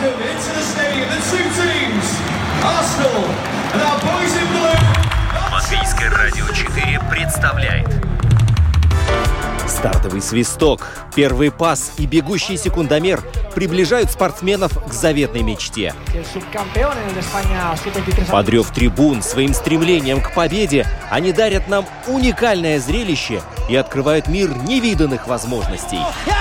welcome into the stadium the two teams, Arsenal and our boys in blue. Латвийское радио 4 представляет стартовый свисток, первый пас и бегущий секундомер приближают спортсменов к заветной мечте. Под рев трибун своим стремлением к победе они дарят нам уникальное зрелище и открывают мир невиданных возможностей.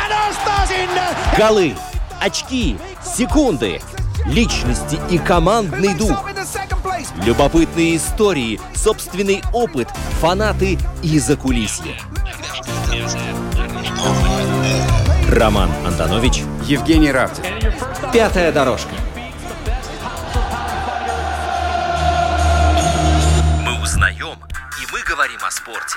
Голы, очки, секунды, личности и командный дух. Любопытные истории, собственный опыт, фанаты и закулисье. Роман Антонович, Евгений Равдин. «Пятая дорожка». Мы узнаем, и мы говорим о спорте.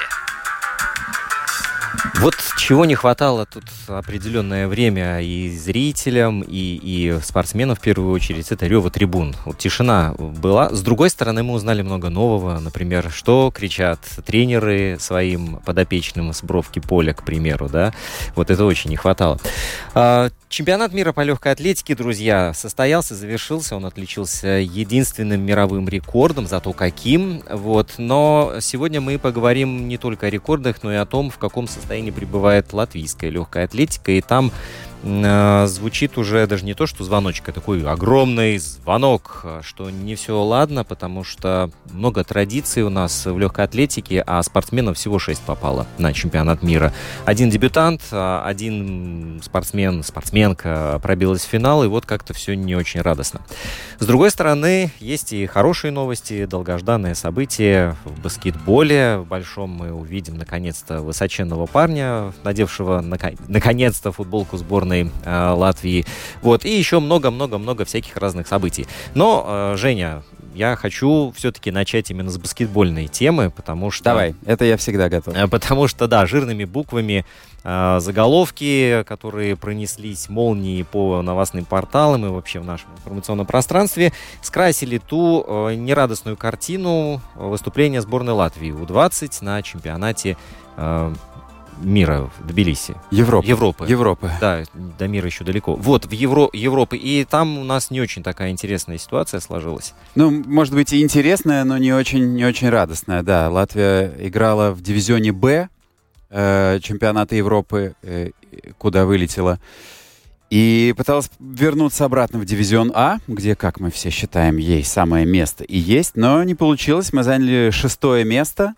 Вот чего не хватало тут определенное время и зрителям, и спортсменам в первую очередь, это рева трибун. Вот тишина была. С другой стороны, мы узнали много нового. Например, что кричат тренеры своим подопечным с бровки поля, к примеру, да? Вот это очень не хватало. Чемпионат мира по легкой атлетике, друзья, состоялся, завершился. Он отличился единственным мировым рекордом, зато каким. Вот. Но сегодня мы поговорим не только о рекордах, но и о том, в каком состоянии пребывает латвийская легкая атлетика. И там звучит уже даже не то, что звоночек, а такой огромный звонок, что не все ладно, потому что много традиций у нас в легкой атлетике, а спортсменов всего 6 попало на чемпионат мира. Один дебютант, один спортсменка пробилась в финал, и вот как-то все не очень радостно. С другой стороны, есть и хорошие новости, долгожданное событие в баскетболе. В большом мы увидим, наконец-то, высоченного парня, надевшего, наконец-то, футболку сборной Латвии. Вот. И еще много-много-много всяких разных событий. Но, Женя, я хочу все-таки начать именно с баскетбольной темы, потому что... Давай, это я всегда готов. Потому что, да, жирными буквами заголовки, которые пронеслись молнией по новостным порталам и вообще в нашем информационном пространстве, скрасили ту нерадостную картину выступления сборной Латвии У-20 на чемпионате мира в Тбилиси. Европы. Да, до мира еще далеко. Вот, в Европы. И там у нас не очень такая интересная ситуация сложилась. Ну, может быть, и интересная, но не очень радостная. Да, Латвия играла в дивизионе «Б» чемпионата Европы, куда вылетела. И пыталась вернуться обратно в дивизион А, где, как мы все считаем, ей самое место и есть. Но не получилось. Мы заняли 6-е место.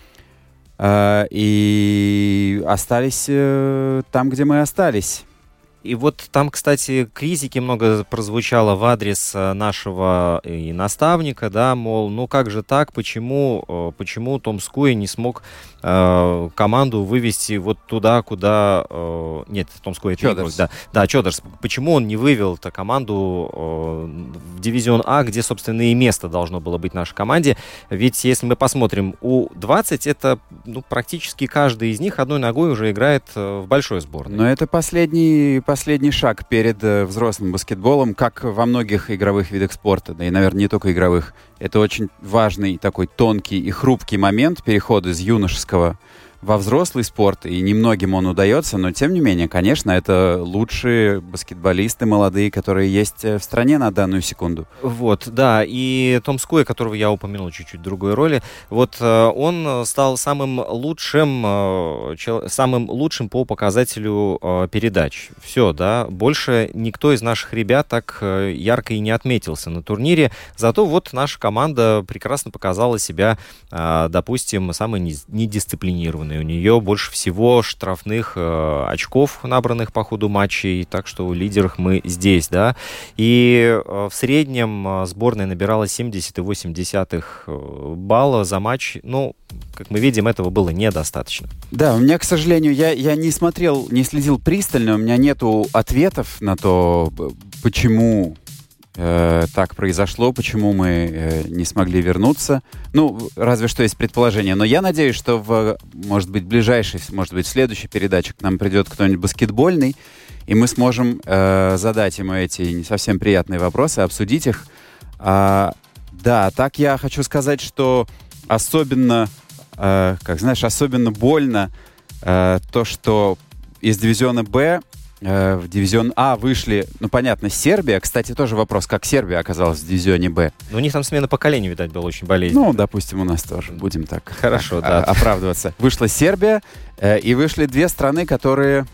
И остались там, где мы остались. И вот там, кстати, критики много прозвучало в адрес нашего и наставника, да, мол, ну как же так, почему Том Скуэ не смог команду вывести вот туда, куда... Нет, Том Скуэ это игрок, да, Чодерс. Почему он не вывел-то команду в дивизион А, где, собственно, и место должно было быть нашей команде? Ведь если мы посмотрим, У-20 это практически каждый из них одной ногой уже играет в большой сборной. Но это последний шаг перед взрослым баскетболом, как во многих игровых видах спорта, да и, наверное, не только игровых. Это очень важный такой тонкий и хрупкий момент перехода из юношеского во взрослый спорт, и немногим он удается, но, тем не менее, конечно, это лучшие баскетболисты молодые, которые есть в стране на данную секунду. Вот, да, и Том Скуэ, которого я упомянул чуть-чуть в другой роли, вот он стал самым лучшим по показателю передач. Все, да, больше никто из наших ребят так ярко и не отметился на турнире, зато вот наша команда прекрасно показала себя, допустим, самой недисциплинированной. У нее больше всего штрафных очков, набранных по ходу матчей, так что в лидерах мы здесь, да. И в среднем сборная набирала 70,8 балла за матч. Ну, как мы видим, этого было недостаточно. Да, у меня, к сожалению, я не следил пристально, у меня нету ответов на то, почему так произошло, почему мы не смогли вернуться. Ну, разве что есть предположение. Но я надеюсь, что может быть, в следующей передаче к нам придет кто-нибудь баскетбольный, и мы сможем задать ему эти не совсем приятные вопросы, обсудить их. Да, так я хочу сказать, что особенно больно то, что из дивизиона «Б» в дивизион А вышли, ну, понятно, Сербия. Кстати, тоже вопрос, как Сербия оказалась в дивизионе Б. Ну, у них там смена поколений, видать, была очень болезненная. Ну, допустим, у нас тоже. Будем так Хорошо, да. Оправдываться. Вышла Сербия, и вышли две страны, которые,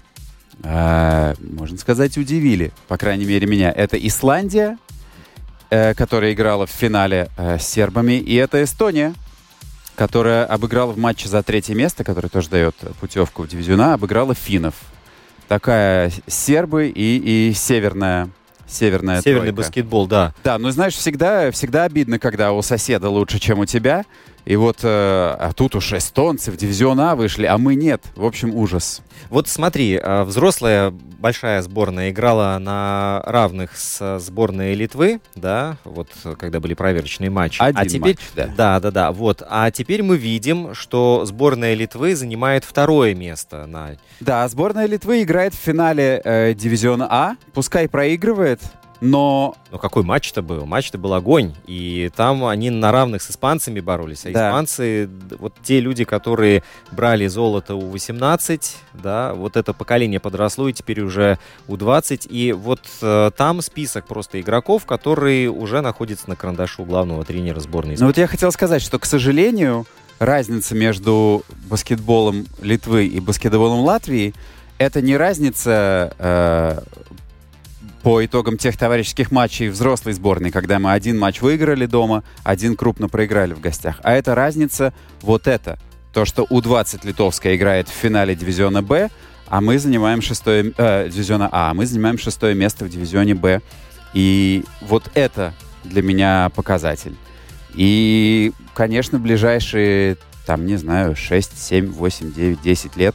можно сказать, удивили, по крайней мере, меня. Это Исландия, которая играла в финале с сербами, и это Эстония, которая обыграла в матче за 3 место, который тоже дает путевку в дивизион А, обыграла финнов. Такая сербы и северная Северный тройка. баскетбол, да. Да, ну знаешь, всегда обидно, когда у соседа лучше, чем у тебя. И вот, а тут уж эстонцы в дивизион А вышли, а мы нет. В общем, ужас. Вот смотри, взрослая большая сборная играла на равных с сборной Литвы, да, вот когда были проверочные матчи. Один теперь, матч, да. Да, вот. А теперь мы видим, что сборная Литвы занимает 2-е место на... Да, сборная Литвы играет в финале дивизиона А, пускай проигрывает, но... Ну, какой матч-то был? Матч-то был огонь. И там они на равных с испанцами боролись. А да. Испанцы, вот те люди, которые брали золото У-18, да, вот это поколение подросло, и теперь уже У-20. И вот там список просто игроков, которые уже находятся на карандаше у главного тренера сборной. Ну, вот я хотел сказать, что, к сожалению, разница между баскетболом Литвы и баскетболом Латвии — это не разница... по итогам тех товарищеских матчей взрослой сборной, когда мы один матч выиграли дома, один крупно проиграли в гостях. А это разница вот это. То, что У-20 литовская играет в финале дивизиона Б, а мы занимаем дивизиона А, а мы занимаем 6-е место в дивизионе Б. И вот это для меня показатель. И, конечно, ближайшие, там, не знаю, 6, 7, 8, 9, 10 лет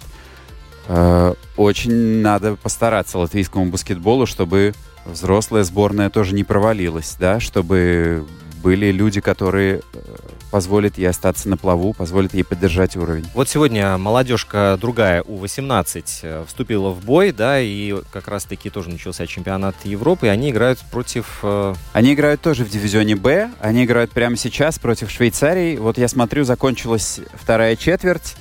очень надо постараться латвийскому баскетболу, чтобы взрослая сборная тоже не провалилась, да, чтобы были люди, которые позволят ей остаться на плаву, позволят ей поддержать уровень. Вот сегодня молодежка другая, У-18, вступила в бой, да, и как раз-таки тоже начался чемпионат Европы, и они играют против... Они играют тоже в дивизионе Б, они играют прямо сейчас против Швейцарии. Вот я смотрю, закончилась вторая четверть,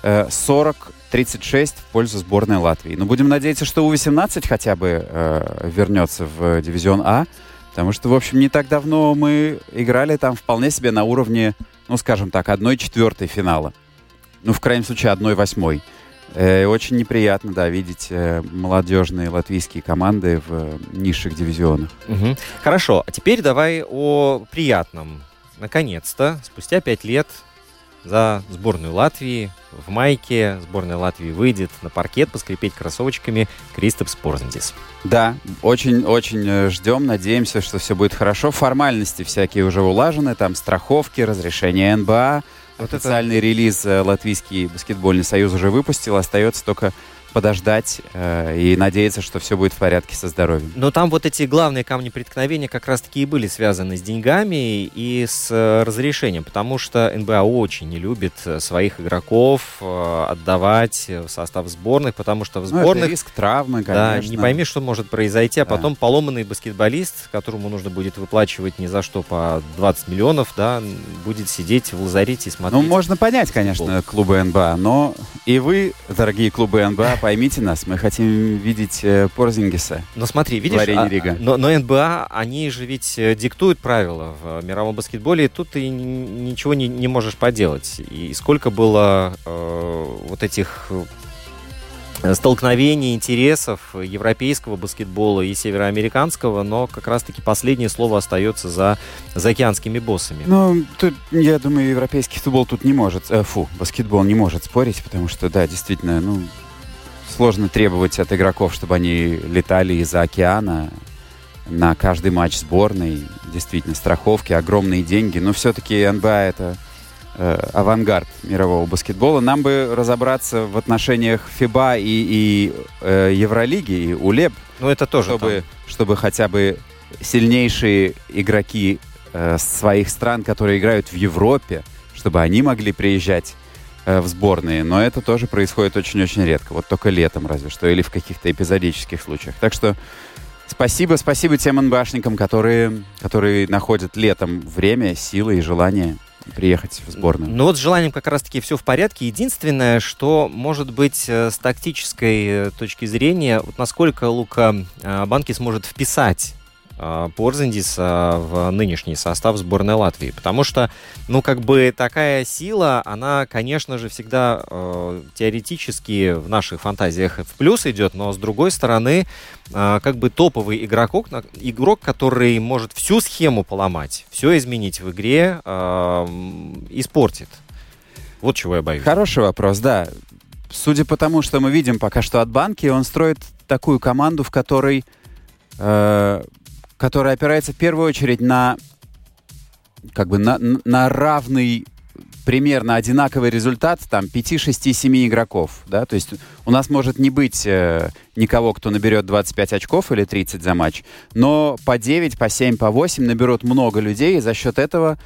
40-36 в пользу сборной Латвии. Но будем надеяться, что У-18 хотя бы вернется в дивизион А, потому что, в общем, не так давно мы играли там вполне себе на уровне, ну, скажем так, 1/4 финала. Ну, в крайнем случае, 1/8. Очень неприятно, да, видеть молодежные латвийские команды в низших дивизионах. Угу. Хорошо, а теперь давай о приятном. Наконец-то, спустя 5 лет за сборную Латвии в майке сборная Латвии выйдет на паркет поскрипеть кроссовочками Кристапс Порзингис. Да, очень-очень ждем, надеемся, что все будет хорошо. Формальности всякие уже улажены, там страховки, разрешение НБА. Вот официальный релиз Латвийский баскетбольный союз уже выпустил, остается только подождать и надеяться, что все будет в порядке со здоровьем. Но там вот эти главные камни преткновения как раз-таки и были связаны с деньгами и с разрешением, потому что НБА очень не любит своих игроков отдавать в состав сборных, потому что в сборных... это риск травмы, конечно. Да, не пойми, что может произойти, а потом поломанный баскетболист, которому нужно будет выплачивать ни за что по 20 миллионов, да, будет сидеть в лазарете и смотреть. Ну, можно понять, конечно, клубы НБА, но и вы, дорогие клубы НБА, поймите нас, мы хотим видеть Порзингиса. Но смотри, видишь, но НБА, они же ведь диктуют правила в мировом баскетболе, и тут ты ничего не можешь поделать. И сколько было вот этих столкновений интересов европейского баскетбола и североамериканского, но как раз-таки последнее слово остается за океанскими боссами. Ну, тут, я думаю, европейский футбол тут не может, баскетбол не может спорить, потому что, да, действительно, сложно требовать от игроков, чтобы они летали из-за океана на каждый матч сборной. Действительно, страховки, огромные деньги. Но все-таки НБА — это авангард мирового баскетбола. Нам бы разобраться в отношениях ФИБА и Евролиги, и УЛЕБ. Ну, это тоже чтобы хотя бы сильнейшие игроки своих стран, которые играют в Европе, чтобы они могли приезжать в сборные, но это тоже происходит очень-очень редко. Вот только летом разве что, или в каких-то эпизодических случаях. Так что спасибо тем НБАшникам, которые находят летом время, силы и желание приехать в сборную. Ну вот с желанием как раз-таки все в порядке. Единственное, что может быть с тактической точки зрения, вот насколько Лука Банки сможет вписать Порзингиса в нынешний состав сборной Латвии. Потому что, такая сила, она, конечно же, всегда теоретически в наших фантазиях в плюс идет, но с другой стороны, топовый игрок, который может всю схему поломать, все изменить в игре, испортит. Вот чего я боюсь. Хороший вопрос, да. Судя по тому, что мы видим пока что от Банки, он строит такую команду, в которой... которая опирается в первую очередь на равный, примерно одинаковый результат, там, 5, 6, 7 игроков, да, то есть у нас может не быть никого, кто наберет 25 очков или 30 за матч, но по 9, по 7, по 8 наберут много людей, и за счет этого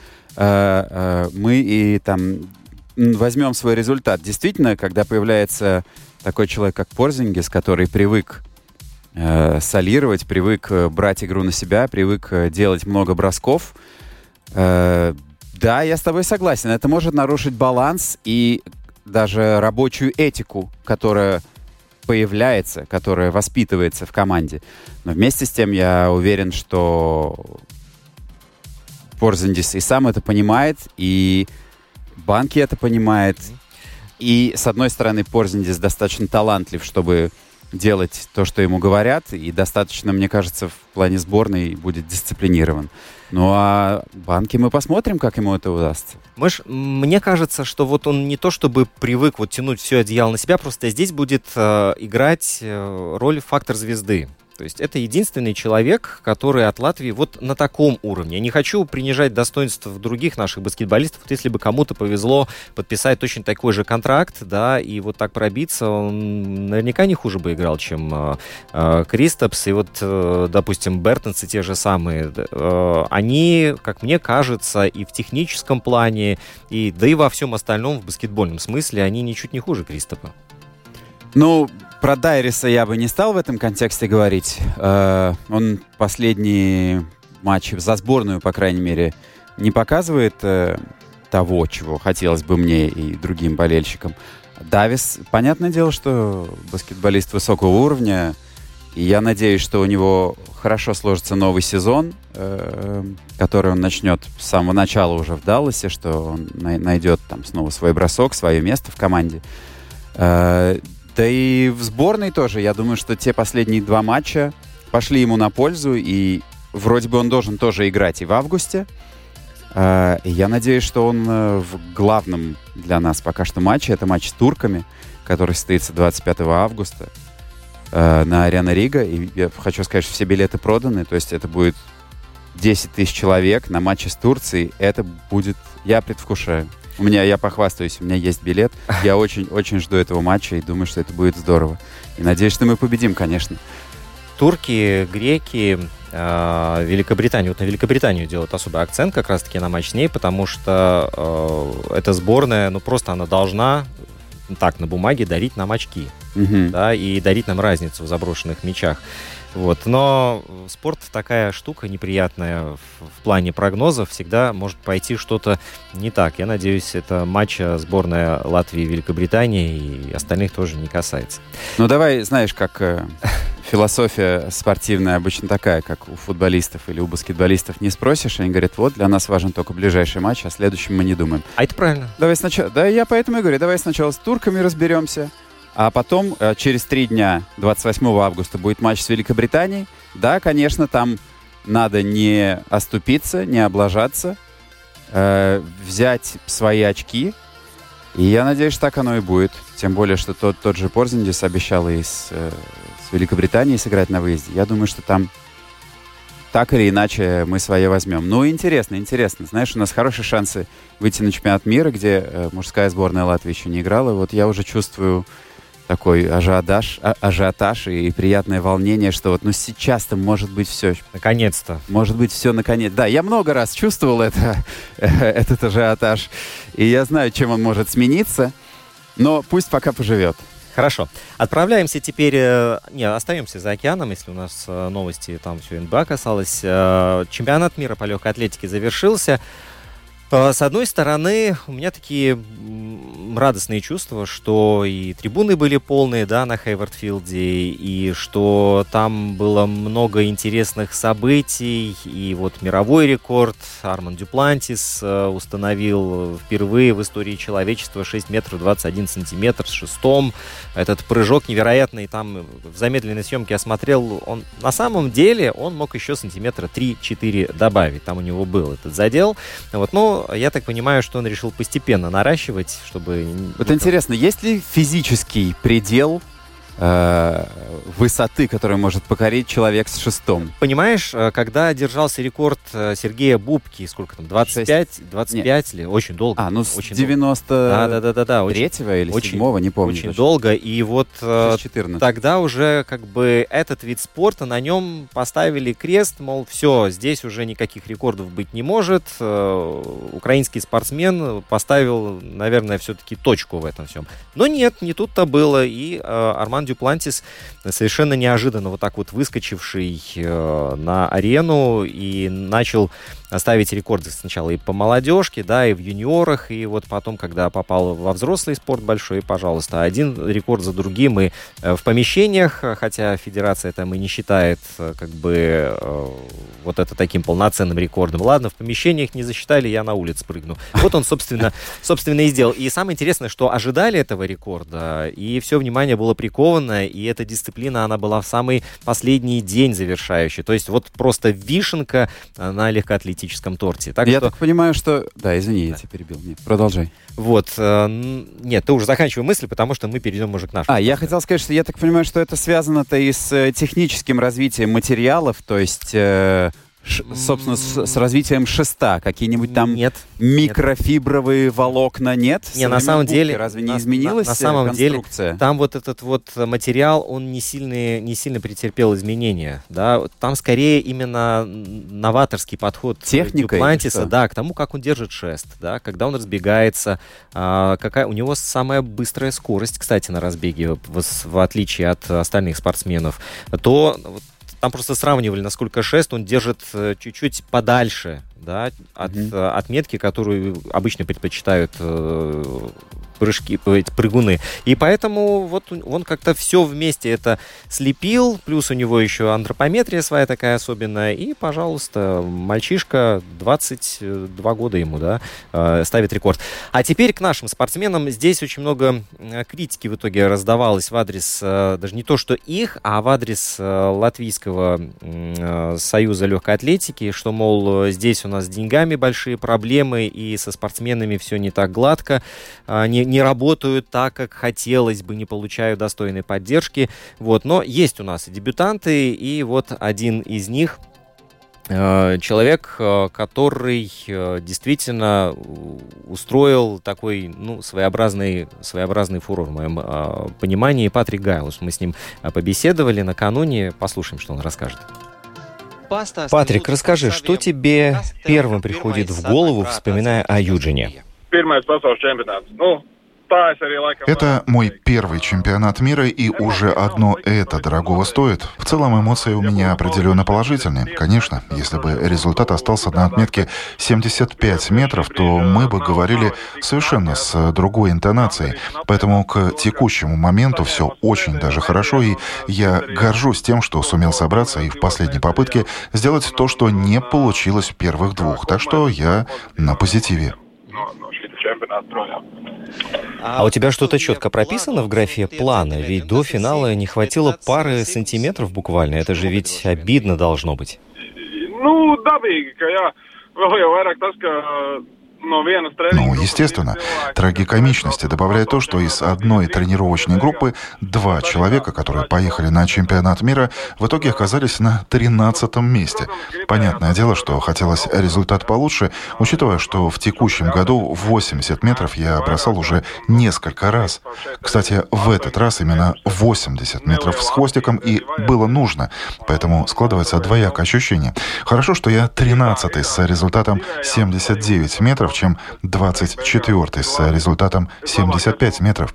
мы и там возьмем свой результат. Действительно, когда появляется такой человек, как Порзингис, который привык солировать, привык брать игру на себя, привык делать много бросков. Да, я с тобой согласен. Это может нарушить баланс и даже рабочую этику, которая появляется, которая воспитывается в команде. Но вместе с тем я уверен, что Порзингис и сам это понимает, и Банки это понимает. И, с одной стороны, Порзингис достаточно талантлив, чтобы делать то, что ему говорят, и достаточно, мне кажется, в плане сборной будет дисциплинирован. Ну а Банки мы посмотрим, как ему это удастся. Мне кажется, что вот он не то чтобы привык тянуть все одеяло на себя, просто здесь будет играть роль фактор звезды. То есть это единственный человек, который от Латвии на таком уровне. Я не хочу принижать достоинств других наших баскетболистов. Вот если бы кому-то повезло подписать точно такой же контракт, да, и вот так пробиться, он наверняка не хуже бы играл, чем Кристопс. И допустим, Бертонсы те же самые. Они, как мне кажется, и в техническом плане, да и во всем остальном, в баскетбольном смысле, они ничуть не хуже Кристопа. Про Дайриса я бы не стал в этом контексте говорить. Он последние матчи за сборную, по крайней мере, не показывает того, чего хотелось бы мне и другим болельщикам. Давис, понятное дело, что баскетболист высокого уровня, и я надеюсь, что у него хорошо сложится новый сезон, который он начнет с самого начала уже в Далласе, что он найдет там снова свой бросок, свое место в команде. Да и в сборной тоже. Я думаю, что те последние 2 матча пошли ему на пользу. И вроде бы он должен тоже играть и в августе. И я надеюсь, что он в главном для нас пока что матче. Это матч с турками, который состоится 25 августа на Арена Рига. И я хочу сказать, что все билеты проданы. То есть это будет 10 тысяч человек на матче с Турцией. Это будет... Я предвкушаю. Я похвастаюсь, у меня есть билет. Я очень-очень жду этого матча и думаю, что это будет здорово. И надеюсь, что мы победим, конечно. Турки, греки, Великобритания. На Великобританию делают особый акцент как раз-таки на матч с ней, потому что эта сборная, просто она должна так на бумаге дарить нам очки. Да, и дарить нам разницу в заброшенных мячах. Но спорт такая штука неприятная в плане прогнозов. Всегда может пойти что-то не так. Я надеюсь, это матч сборная Латвии и Великобритании, и остальных тоже не касается. Давай, знаешь, как философия спортивная обычно такая, как у футболистов или у баскетболистов. Не спросишь, они говорят, для нас важен только ближайший матч, о следующем мы не думаем. А это правильно. Давай сначала, да, я поэтому и говорю, давай сначала с турками разберемся. А потом, через 3 дня, 28 августа, будет матч с Великобританией. Да, конечно, там надо не оступиться, не облажаться, взять свои очки. И я надеюсь, что так оно и будет. Тем более, что тот же Порзингис обещал и с Великобританией сыграть на выезде. Я думаю, что там так или иначе мы свое возьмем. Интересно. Знаешь, у нас хорошие шансы выйти на чемпионат мира, где мужская сборная Латвии еще не играла. Я уже чувствую такой ажиотаж и приятное волнение, что сейчас-то может быть все. Наконец-то. Может быть все наконец. Да, я много раз чувствовал этот ажиотаж, и я знаю, чем он может смениться, но пусть пока поживет. Хорошо. Отправляемся теперь... остаемся за океаном, если у нас новости, там все НБА касалось. Чемпионат мира по легкой атлетике завершился. С одной стороны, у меня такие радостные чувства, что и трибуны были полные, да, на Хейвардфилде, и что там было много интересных событий, и вот мировой рекорд Арман Дюплантис установил впервые в истории человечества 6 метров 21 сантиметр с шестом. Этот прыжок невероятный, там в замедленной съемке я смотрел, он на самом деле он мог еще сантиметра 3-4 добавить, там у него был этот задел, вот, но я так понимаю, что он решил постепенно наращивать, чтобы... Вот интересно, есть ли физический предел высоты, которую может покорить человек с шестом? Понимаешь, когда держался рекорд Сергея Бубки, сколько там, 25 ли? Очень долго. Ну с очень 93-го или 7-го, не помню. Очень долго, и вот тогда уже как бы этот вид спорта, на нем поставили крест, мол, все, здесь уже никаких рекордов быть не может. Украинский спортсмен поставил, наверное, все-таки точку в этом всем. Но нет, не тут-то было, и Арман Дюплантис, совершенно неожиданно вот так вот выскочивший на арену и начал ставить рекорды сначала и по молодежке, да, и в юниорах, и вот потом, когда попал во взрослый спорт большой, пожалуйста, один рекорд за другим, и в помещениях, хотя федерация там и не считает как бы вот это таким полноценным рекордом. Ладно, в помещениях не засчитали, я на улице прыгну. Вот он, собственно, и сделал. И самое интересное, что ожидали этого рекорда, и все внимание было приковано, и эта дисциплина, она была в самый последний день завершающей. То есть вот просто вишенка на легкоатлетическом торте. Так я так понимаю, что... Да, извини, я тебя перебил. Нет, продолжай. Вот. Нет, ты уже заканчивай мысль, потому что мы перейдем уже к нашему. Я хотел сказать, что я так понимаю, что это связано-то и с техническим развитием материалов, то есть... собственно, с развитием шеста какие-нибудь там микрофибровые волокна нет? Не, на самом деле, разве не изменилась на самом конструкция? Деле, там вот этот вот материал, он не сильно претерпел изменения, да, там скорее именно новаторский подход Дюплантиса, да, к тому, как он держит шест, да, когда он разбегается, какая у него самая быстрая скорость, кстати, на разбеге, в отличие от остальных спортсменов, то там просто сравнивали, насколько шест он держит чуть-чуть подальше, да, от отметки, которую обычно предпочитают прыгуны. И поэтому вот он как-то все вместе это слепил, плюс у него еще антропометрия своя такая особенная, и, пожалуйста, мальчишка, 22 года ему, да, ставит рекорд. А теперь к нашим спортсменам. Здесь очень много критики в итоге раздавалось в адрес, даже не то что их, а в адрес Латвийского союза легкой атлетики, что, мол, здесь у нас с деньгами большие проблемы, и со спортсменами все не так гладко, не работают так, как хотелось бы, не получают достойной поддержки. Вот. Но есть у нас и дебютанты, и вот один из них человек, который действительно устроил такой, своеобразный фурор в моем понимании. Патрик Гайлус. Мы с ним побеседовали накануне. Послушаем, что он расскажет. Патрик, расскажи, что тебе первым приходит в голову, вспоминая о Юджине? Это мой первый чемпионат мира, и уже одно это дорогого стоит. В целом эмоции у меня определенно положительные. Конечно, если бы результат остался на отметке 75 метров, то мы бы говорили совершенно с другой интонацией. Поэтому к текущему моменту все очень даже хорошо, и я горжусь тем, что сумел собраться и в последней попытке сделать то, что не получилось в первых двух. Так что я на позитиве. А у тебя что-то четко прописано в графе плана? Ведь до финала не хватило пары сантиметров буквально. Это же ведь обидно должно быть. Ну, естественно, трагикомичности добавляет то, что из одной тренировочной группы 2 человека, которые поехали на чемпионат мира, в итоге оказались на 13-м месте. Понятное дело, что хотелось результат получше, учитывая, что в текущем году 80 метров я бросал уже несколько раз. Кстати, в этот раз именно 80 метров с хвостиком и было нужно, поэтому складывается двоякое ощущение. Хорошо, что я 13-й с результатом 79 метров, метров, чем 24-й с результатом 75 метров.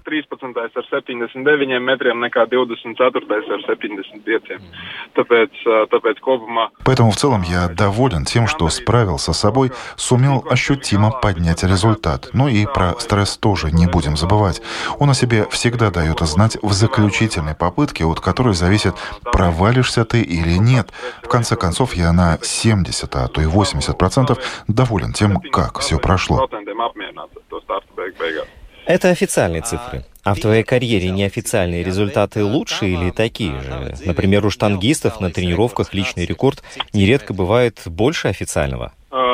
Поэтому в целом я доволен тем, что справился с собой, сумел ощутимо поднять результат. Ну и про стресс тоже не будем забывать. Он о себе всегда дает знать в заключительной попытке, от которой зависит, провалишься ты или нет. В конце концов, я на 70, а то и 80% доволен тем, как все прошло. Это официальные цифры. А в твоей карьере неофициальные результаты лучше или такие же? Например, у штангистов на тренировках личный рекорд нередко бывает больше официального.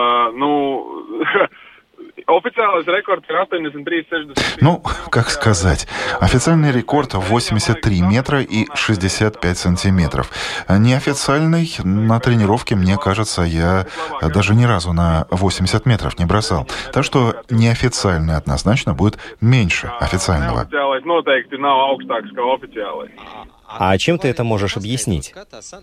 Ну, как сказать, официальный рекорд 83 метра и 65 сантиметров. Неофициальный на тренировке, мне кажется, я даже ни разу на 80 метров не бросал. Так что неофициальный однозначно будет меньше официального. А чем ты это можешь объяснить?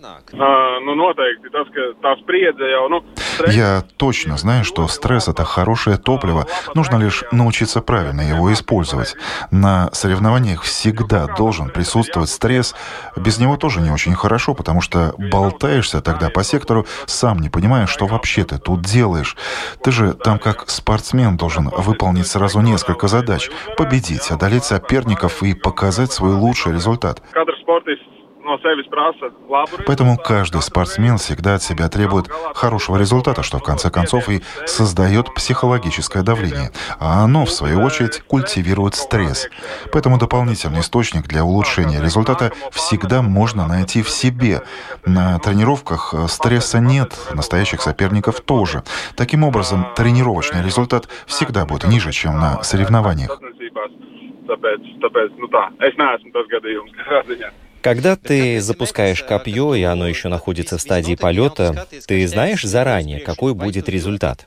Я точно знаю, что стресс — это хорошее топливо. Нужно лишь научиться правильно его использовать. На соревнованиях всегда должен присутствовать стресс. Без него тоже не очень хорошо, потому что болтаешься тогда по сектору, сам не понимая, что вообще ты тут делаешь. Ты же там как спортсмен должен выполнить сразу несколько задач. Победить, одолеть соперников и показать свой лучший результат. Поэтому каждый спортсмен всегда от себя требует хорошего результата, что в конце концов и создает психологическое давление. А оно, в свою очередь, культивирует стресс. Поэтому дополнительный источник для улучшения результата всегда можно найти в себе. На тренировках стресса нет, настоящих соперников тоже. Таким образом, тренировочный результат всегда будет ниже, чем на соревнованиях. Когда ты запускаешь копье, и оно еще находится в стадии полета, ты знаешь заранее, какой будет результат?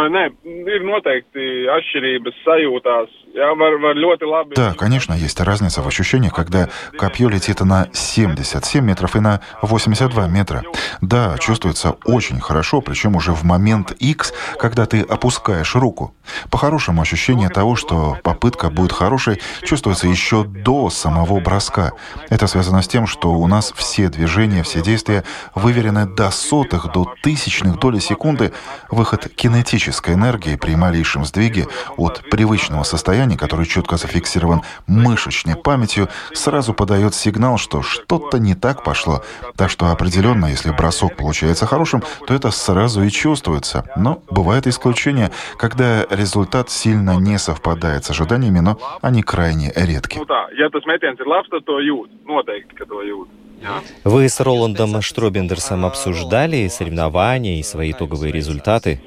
Да, конечно, есть разница в ощущениях, когда копье летит на 77 метров и на 82 метра. Да, чувствуется очень хорошо, причем уже в момент X, когда ты опускаешь руку. По-хорошему, ощущение того, что попытка будет хорошей, чувствуется еще до самого броска. Это связано с тем, что у нас все движения, все действия выверены до сотых, до тысячных доли секунды. Выход кинетической энергии при малейшем сдвиге от привычного состояния, который четко зафиксирован мышечной памятью, сразу подает сигнал, что что-то не так пошло. Так что определенно, если бросок получается хорошим, то это сразу и чувствуется. Но бывают исключения, когда результат сильно не совпадает с ожиданиями, но они крайне редки. Вы с Роландом Штробендерсом обсуждали соревнования и свои итоговые результаты?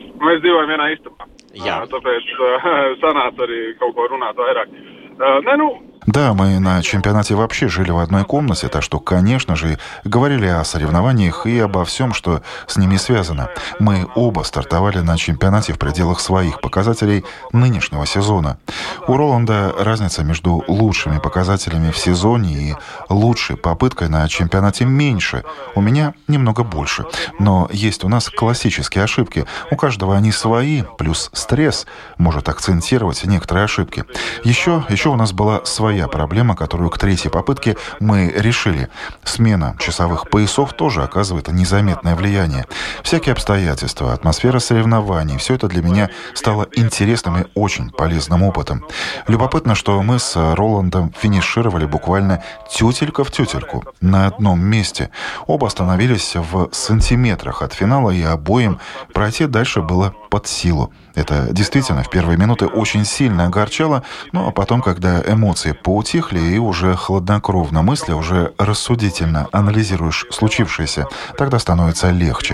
Да, мы на чемпионате вообще жили в одной комнате, так что, конечно же, говорили о соревнованиях и обо всем, что с ними связано. Мы оба стартовали на чемпионате в пределах своих показателей нынешнего сезона. У Роланда разница между лучшими показателями в сезоне и лучшей попыткой на чемпионате меньше. У меня немного больше. Но есть у нас классические ошибки. У каждого они свои, плюс стресс может акцентировать некоторые ошибки. Еще у нас была своя проблема, которую к третьей попытке мы решили. Смена часовых поясов тоже оказывает незаметное влияние. Всякие обстоятельства, атмосфера соревнований, все это для меня стало интересным и очень полезным опытом. Любопытно, что мы с Роландом финишировали буквально тютелька в тютельку, на одном месте. Оба остановились в сантиметрах от финала, и обоим пройти дальше было под силу. Это действительно в первые минуты очень сильно огорчало, а потом, когда эмоции поутихли и уже хладнокровно мысли, уже рассудительно анализируешь случившееся, тогда становится легче.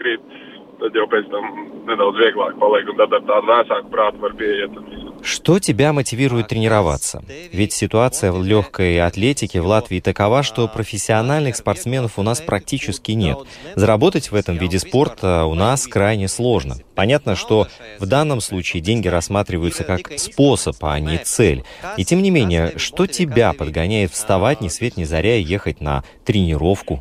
Что тебя мотивирует тренироваться? Ведь ситуация в легкой атлетике в Латвии такова, что профессиональных спортсменов у нас практически нет. Заработать в этом виде спорта у нас крайне сложно. Понятно, что в данном случае деньги рассматриваются как способ, а не цель. И тем не менее, что тебя подгоняет вставать ни свет ни заря и ехать на тренировку?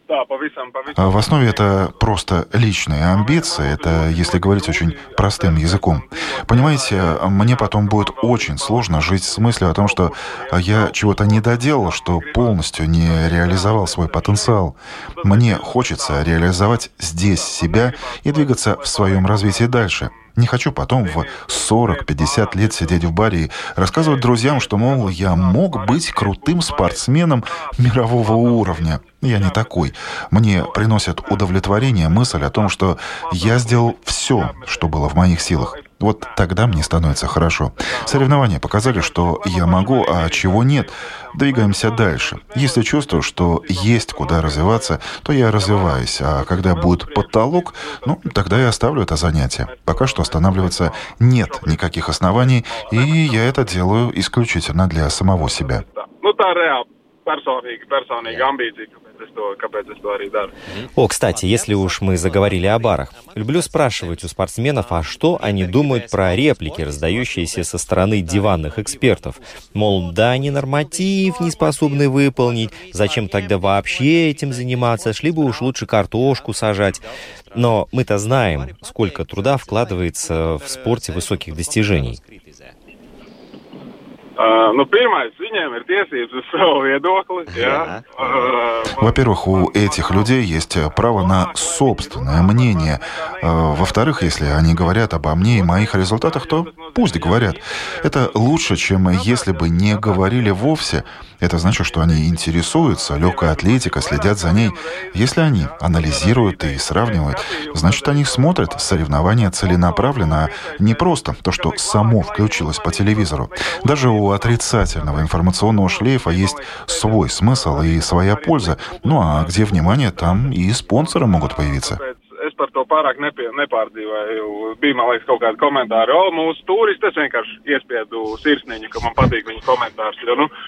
В основе это просто личные амбиции, это если говорить очень простым языком. Понимаете, мне потом будет очень сложно жить с мыслью о том, что я чего-то не доделал, что полностью не реализовал свой потенциал. Мне хочется реализовать здесь себя и двигаться в своем развитии дальше. Не хочу потом в 40-50 лет сидеть в баре и рассказывать друзьям, что, мол, я мог быть крутым спортсменом мирового уровня. Я не такой. Мне приносит удовлетворение мысль о том, что я сделал все, что было в моих силах. Вот тогда мне становится хорошо. Соревнования показали, что я могу, а чего нет. Двигаемся дальше. Если чувствую, что есть куда развиваться, то я развиваюсь. А когда будет потолок, тогда я оставлю это занятие. Пока что останавливаться нет никаких оснований, и я это делаю исключительно для самого себя. Кстати, если уж мы заговорили о барах, люблю спрашивать у спортсменов, а что они думают про реплики, раздающиеся со стороны диванных экспертов. Мол, да, они норматив не способны выполнить, зачем тогда вообще этим заниматься, шли бы уж лучше картошку сажать. Но мы-то знаем, сколько труда вкладывается в спорте высоких достижений. Во-первых, у этих людей есть право на собственное мнение. Во-вторых, если они говорят обо мне и моих результатах, то пусть говорят. Это лучше, чем если бы не говорили вовсе. Это значит, что они интересуются легкой атлетикой, следят за ней. Если они анализируют и сравнивают, значит, они смотрят соревнования целенаправленно, а не просто то, что само включилось по телевизору. Даже у отрицательного информационного шлейфа есть свой смысл и своя польза. Ну а где внимание, там и спонсоры могут появиться. Par to pārāk nepārdzīvoju. Bija, man liekas, kaut kādi komentāri. Mūsu turisti, es vienkārši iespiedu sirsniņu, ka man patīk viņu komentārus.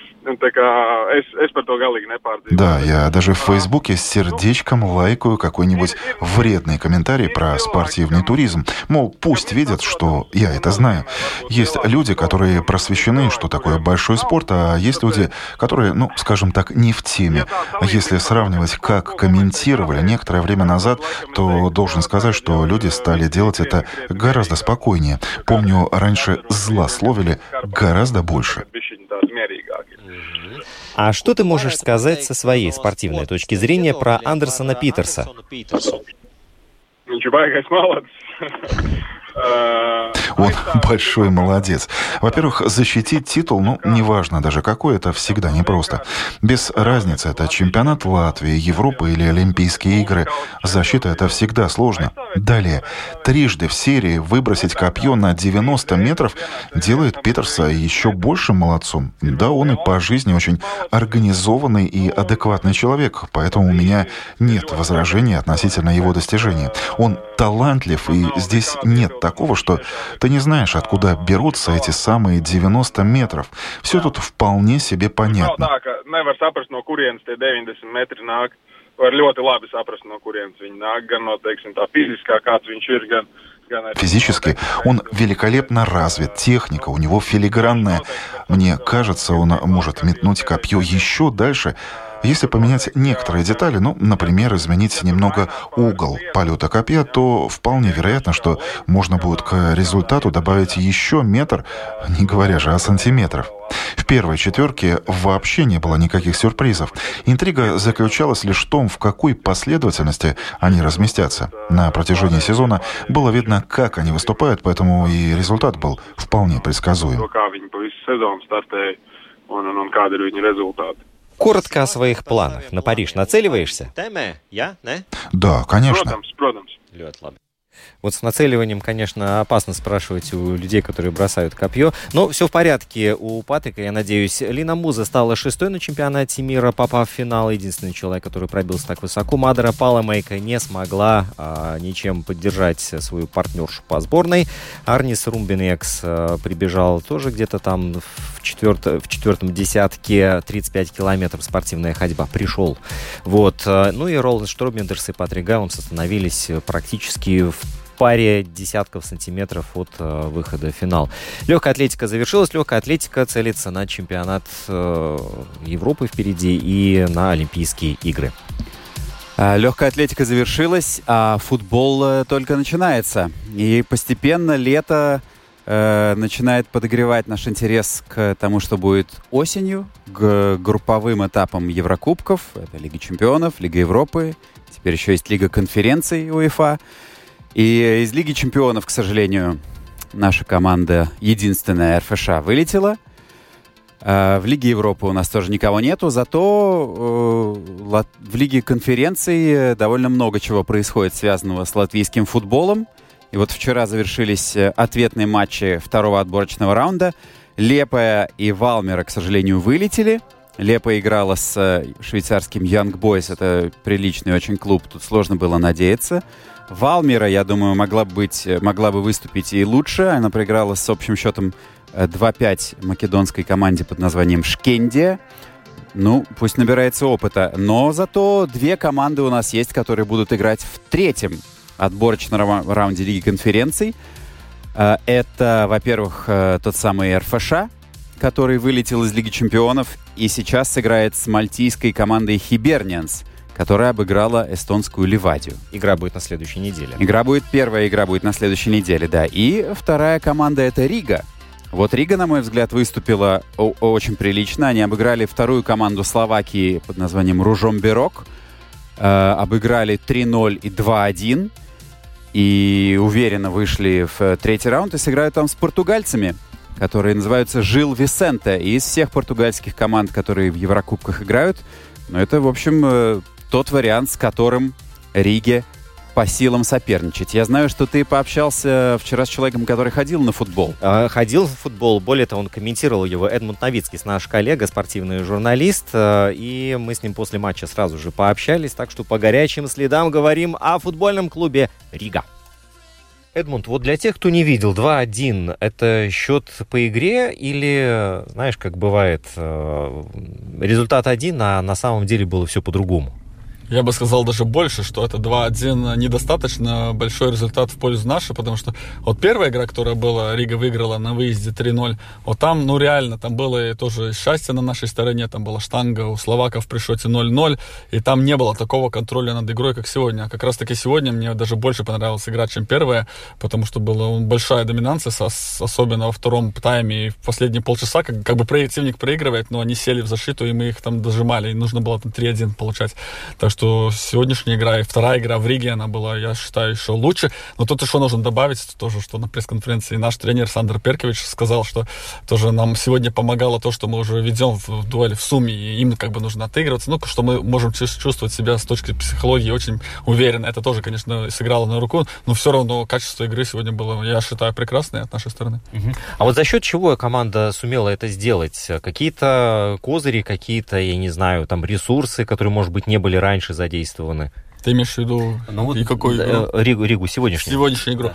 Es par to galīgi nepārdzīvoju. Да, я даже в Фейсбуке с сердечком лайкаю какой-нибудь вредный комментарий про спортивный туризм. Мол, пусть видят, что я это знаю. Есть люди, которые просвещены, что такое большой спорт, а есть люди, которые, скажем так, не в теме. Если сравнивать, как комментировали некоторое время назад, то должен сказать, что люди стали делать это гораздо спокойнее. Помню, раньше злословили гораздо больше. А что ты можешь сказать со своей спортивной точки зрения про Андерсона Питерса? Он большой молодец. Во-первых, защитить титул, неважно даже какой, это всегда непросто. Без разницы, это чемпионат Латвии, Европы или Олимпийские игры. Защита — это всегда сложно. Далее, трижды в серии выбросить копье на 90 метров делает Питерса еще большим молодцом. Да, он и по жизни очень организованный и адекватный человек, поэтому у меня нет возражений относительно его достижений. Он талантлив, и здесь нет такого, что ты не знаешь, откуда берутся эти самые 90 метров. Все тут вполне себе понятно. Физически он великолепно развит, техника у него филигранная. Мне кажется, он может метнуть копье еще дальше, если поменять некоторые детали, например, изменить немного угол полета копья, то вполне вероятно, что можно будет к результату добавить еще метр, не говоря же о сантиметрах. В первой четверке вообще не было никаких сюрпризов. Интрига заключалась лишь в том, в какой последовательности они разместятся. На протяжении сезона было видно, как они выступают, поэтому и результат был вполне предсказуем. Коротко о своих планах. На Париж нацеливаешься? Да, конечно. Вот с нацеливанием, конечно, опасно спрашивать у людей, которые бросают копье. Но все в порядке у Патрика, я надеюсь. Лина Муза стала 6-й на чемпионате мира, попав в финал. Единственный человек, который пробился так высоко. Мадара Паламейка не смогла ничем поддержать свою партнершу по сборной. Арнис Румбинекс прибежал тоже где-то там в четвертом десятке. 35 километров спортивная ходьба. Пришел. Вот. Ну и Роланд Штробендерс и Патрик Гайлумс остановились практически в паре десятков сантиметров от выхода в финал. Легкая атлетика завершилась. Легкая атлетика целится на чемпионат Европы впереди и на Олимпийские игры. Легкая атлетика завершилась, а футбол только начинается. И постепенно лето начинает подогревать наш интерес к тому, что будет осенью, к групповым этапам Еврокубков. Это Лига Чемпионов, Лига Европы. Теперь еще есть Лига конференций УЕФА. И из Лиги Чемпионов, к сожалению, наша команда, единственная РФШ, вылетела. В Лиге Европы у нас тоже никого нету, зато в Лиге конференций довольно много чего происходит, связанного с латвийским футболом. И вот вчера завершились ответные матчи второго отборочного раунда. Лепая и Валмера, к сожалению, вылетели. Лепая играла с швейцарским Young Boys. Это приличный очень клуб, тут сложно было надеяться. Валмера, я думаю, могла бы выступить и лучше. Она проиграла с общим счетом 2-5 македонской команде под названием Шкендия. Ну, пусть набирается опыта. Но зато две команды у нас есть, которые будут играть в третьем отборочном раунде Лиги конференций. Это, во-первых, тот самый РФШ, который вылетел из Лиги чемпионов и сейчас сыграет с мальтийской командой Хибернианс, которая обыграла эстонскую Ливадию. Игра будет на следующей неделе. Первая игра будет на следующей неделе, да. И вторая команда — это Рига. Вот Рига, на мой взгляд, выступила очень прилично. Они обыграли вторую команду Словакии под названием Ружомберок. Обыграли 3-0 и 2-1. И уверенно вышли в третий раунд и сыграют там с португальцами, которые называются Жил Висенте. И из всех португальских команд, которые в Еврокубках играют, это, в общем, тот вариант, с которым Риге по силам соперничать. Я знаю, что ты пообщался вчера с человеком, который ходил на футбол. Ходил в футбол. Более того, он комментировал его, Эдмунд Новицкий, наш коллега, спортивный журналист. И мы с ним после матча сразу же пообщались. Так что по горячим следам говорим о футбольном клубе Рига. Эдмунд, вот для тех, кто не видел, 2-1 — это счет по игре или, знаешь, как бывает, результат 1, а на самом деле было все по-другому? Я бы сказал даже больше, что это 2-1 недостаточно большой результат в пользу нашей, потому что вот первая игра, которая была, Рига выиграла на выезде 3-0, вот там, реально, там было тоже счастье на нашей стороне, там была штанга у словаков при счете 0-0, и там не было такого контроля над игрой, как сегодня. А как раз-таки сегодня мне даже больше понравилась игра, чем первая, потому что была большая доминанция, особенно во втором тайме и в последние полчаса, как бы противник проигрывает, но они сели в защиту, и мы их там дожимали, и нужно было там 3-1 получать. Так что сегодняшняя игра и вторая игра в Риге, она была, я считаю, еще лучше. Но тут еще нужно добавить тоже, что на пресс-конференции наш тренер Сандер Перкович сказал, что тоже нам сегодня помогало то, что мы уже ведем в дуэли в сумме, и им как бы нужно отыгрываться, что мы можем чувствовать себя с точки психологии очень уверенно. Это тоже, конечно, сыграло на руку, но все равно качество игры сегодня было, я считаю, прекрасное от нашей стороны. А вот за счет чего команда сумела это сделать? Какие-то козыри, какие-то, я не знаю, там ресурсы, которые, может быть, не были раньше задействованы? Ты имеешь в виду и какую игру? Ригу, сегодняшнюю. Сегодняшнюю игру.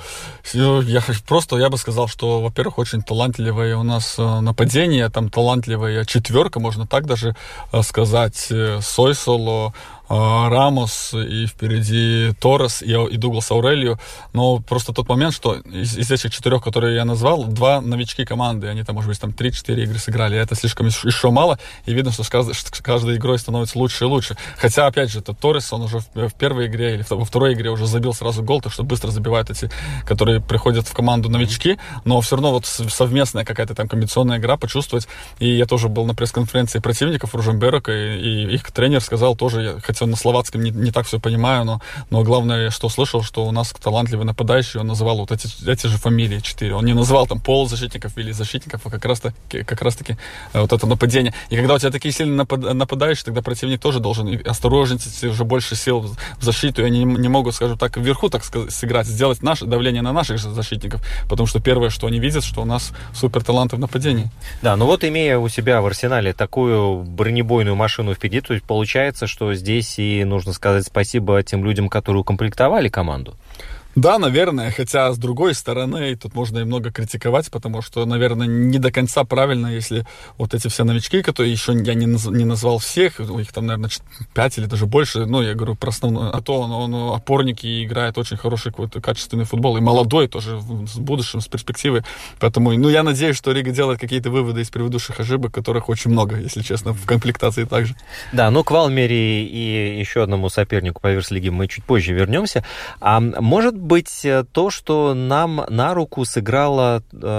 Да. Я бы сказал, что, во-первых, очень талантливое у нас нападение, там талантливая четверка, можно так даже сказать, Сойсоло, Рамос и впереди Торрес и Дуглас Аурелио. Но просто тот момент, что из этих четырех, которые я назвал, два новички команды, они там, может быть, там 3-4 игры сыграли. Это слишком еще мало, и видно, что с каждой игрой становится лучше и лучше. Хотя, опять же, этот Торрес, он уже в первой игре или во второй игре уже забил сразу гол, так что быстро забивают эти, которые приходят в команду новички, но все равно вот совместная какая-то там комбинационная игра почувствовать. И я тоже был на пресс-конференции противников Ружемберок, и их тренер сказал тоже, хотя он на словацком не так все понимаю, но главное, что слышал, что у нас талантливый нападающий, он называл вот эти же фамилии 4. Он не называл там полузащитников или защитников, а как раз-таки вот это нападение. И когда у тебя такие сильные нападающие, тогда противник тоже должен осторожничать, уже больше сил в защиту, и они не могут, скажем так, вверху так сыграть, сделать наше давление на наших же защитников, потому что первое, что они видят, что у нас супер таланты в нападении. Да, ну вот имея у себя в арсенале такую бронебойную машину впереди, то есть получается, что здесь и нужно сказать спасибо тем людям, которые укомплектовали команду. Да, наверное, хотя с другой стороны, тут можно и много критиковать, потому что, наверное, не до конца правильно, если вот эти все новички, которые еще я не назвал всех, их там, наверное, 5 или даже больше, ну, я говорю про основное, а то он опорник и играет очень хороший какой-то качественный футбол, и молодой тоже, с будущим, с перспективой, поэтому, ну, я надеюсь, что Рига делает какие-то выводы из предыдущих ошибок, которых очень много, если честно, в комплектации также. Да, ну, к Валмери и еще одному сопернику по Верслиге мы чуть позже вернемся. А может быть то, что нам на руку сыграла